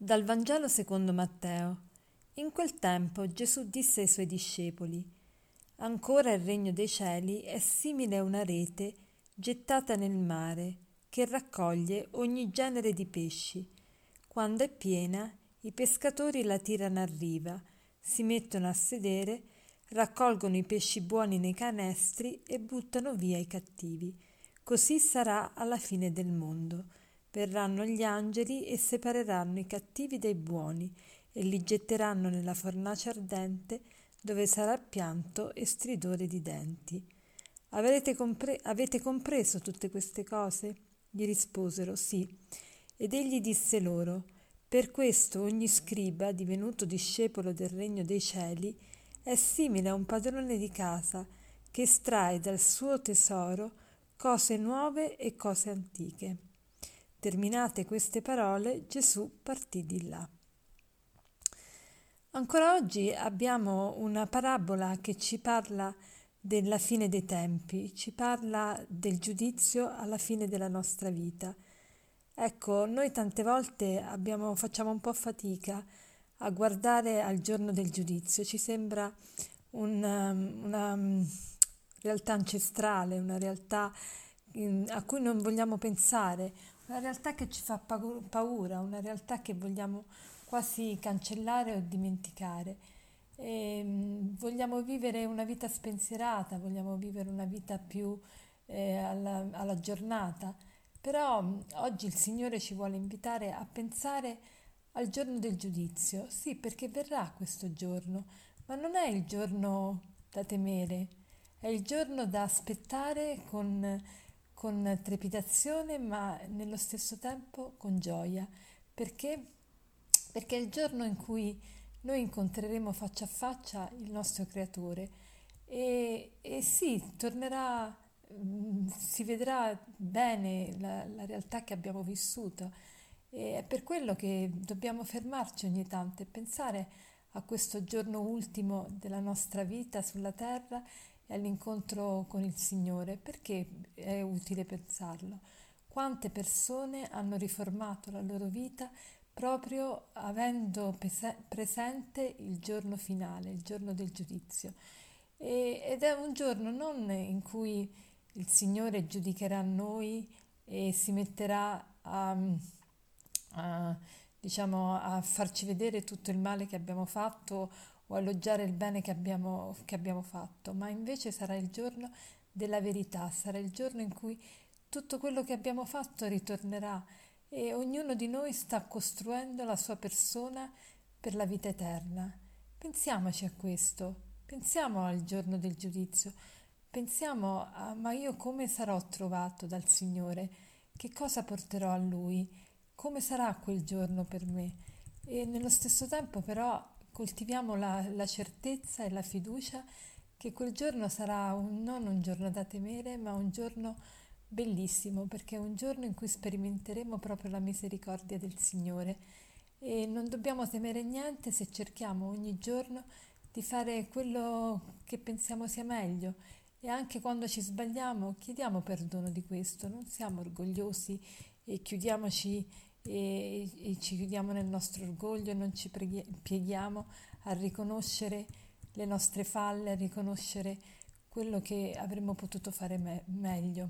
Dal Vangelo secondo Matteo. In quel tempo Gesù disse ai suoi discepoli: Ancora il regno dei cieli è simile a una rete gettata nel mare, che raccoglie ogni genere di pesci. Quando è piena, i pescatori la tirano a riva, si mettono a sedere, raccolgono i pesci buoni nei canestri e buttano via i cattivi. Così sarà alla fine del mondo. Verranno gli angeli e separeranno i cattivi dai buoni e li getteranno nella fornace ardente, dove sarà pianto e stridore di denti. Avete compreso tutte queste cose? Gli risposero sì. Ed egli disse loro: Per questo ogni scriba, divenuto discepolo del regno dei cieli, è simile a un padrone di casa che estrae dal suo tesoro cose nuove e cose antiche. Terminate queste parole, Gesù partì di là. Ancora oggi abbiamo una parabola che ci parla della fine dei tempi, ci parla del giudizio alla fine della nostra vita. Ecco, noi tante volte facciamo un po' fatica a guardare al giorno del giudizio, ci sembra una realtà ancestrale, una realtà a cui non vogliamo pensare, una realtà che ci fa paura, una realtà che vogliamo quasi cancellare o dimenticare. Vogliamo vivere una vita spensierata, vogliamo vivere una vita più alla giornata, però oggi il Signore ci vuole invitare a pensare al giorno del giudizio, sì, perché verrà questo giorno, ma non è il giorno da temere, è il giorno da aspettare con trepidazione, ma nello stesso tempo con gioia, perché perché è il giorno in cui noi incontreremo faccia a faccia il nostro Creatore e sì, tornerà, si vedrà bene la realtà che abbiamo vissuto e è per quello che dobbiamo fermarci ogni tanto e pensare a questo giorno ultimo della nostra vita sulla terra e all'incontro con il Signore, perché è utile pensarlo. Quante persone hanno riformato la loro vita proprio avendo presente il giorno finale, il giorno del giudizio. Ed è un giorno non in cui il Signore giudicherà noi e si metterà a, diciamo, a farci vedere tutto il male che abbiamo fatto o elogiare il bene che abbiamo fatto, ma invece sarà il giorno della verità, sarà il giorno in cui tutto quello che abbiamo fatto ritornerà e ognuno di noi sta costruendo la sua persona per la vita eterna. Pensiamoci a questo, pensiamo al giorno del giudizio, pensiamo a ma io come sarò trovato dal Signore, che cosa porterò a Lui, come sarà quel giorno per me. E nello stesso tempo però coltiviamo la certezza e la fiducia che quel giorno sarà non un giorno da temere, ma un giorno bellissimo, perché è un giorno in cui sperimenteremo proprio la misericordia del Signore e non dobbiamo temere niente se cerchiamo ogni giorno di fare quello che pensiamo sia meglio e anche quando ci sbagliamo chiediamo perdono di questo, non siamo orgogliosi e chiudiamoci e ci chiudiamo nel nostro orgoglio e non ci pieghiamo a riconoscere le nostre falle, a riconoscere quello che avremmo potuto fare meglio.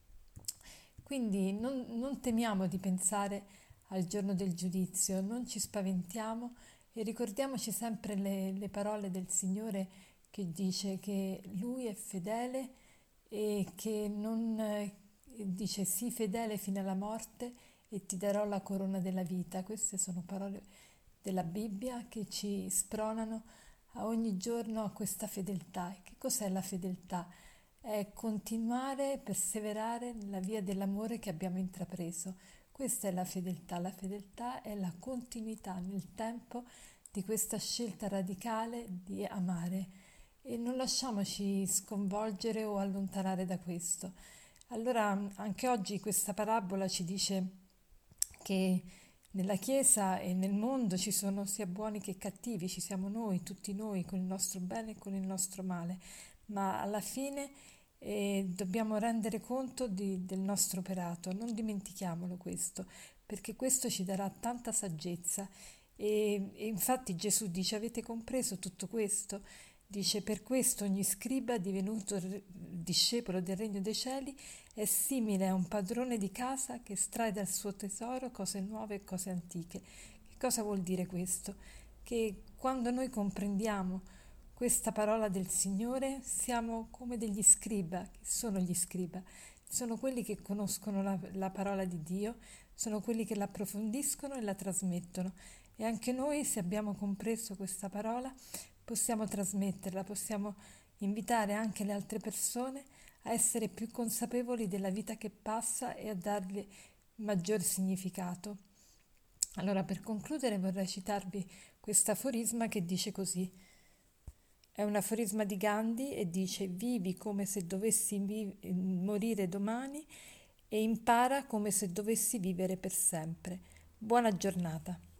Quindi non temiamo di pensare al giorno del giudizio, non ci spaventiamo e ricordiamoci sempre le parole del Signore che dice che Lui è fedele e che non dice sii fedele fino alla morte e ti darò la corona della vita. Queste sono parole della Bibbia che ci spronano a ogni giorno a questa fedeltà. E che cos'è la fedeltà? È continuare, perseverare nella via dell'amore che abbiamo intrapreso. Questa è la fedeltà. La fedeltà è la continuità nel tempo di questa scelta radicale di amare e non lasciamoci sconvolgere o allontanare da questo. Allora, anche oggi questa parabola ci dice che nella Chiesa e nel mondo ci sono sia buoni che cattivi, ci siamo noi, tutti noi, con il nostro bene e con il nostro male, ma alla fine dobbiamo rendere conto del nostro operato, non dimentichiamolo questo, perché questo ci darà tanta saggezza. E infatti Gesù dice: avete compreso tutto questo? Dice: per questo ogni scriba divenuto discepolo del regno dei cieli è simile a un padrone di casa che estrae dal suo tesoro cose nuove e cose antiche. Che cosa vuol dire questo? Che quando noi comprendiamo questa parola del Signore siamo come degli scriba. Che sono gli scriba? Sono quelli che conoscono la parola di Dio, sono quelli che la approfondiscono e la trasmettono. E anche noi, se abbiamo compreso questa parola, possiamo trasmetterla, possiamo invitare anche le altre persone a essere più consapevoli della vita che passa e a darle maggior significato. Allora, per concludere, vorrei citarvi questo aforisma che dice così. È un aforisma di Gandhi e dice: vivi come se dovessi morire domani e impara come se dovessi vivere per sempre. Buona giornata.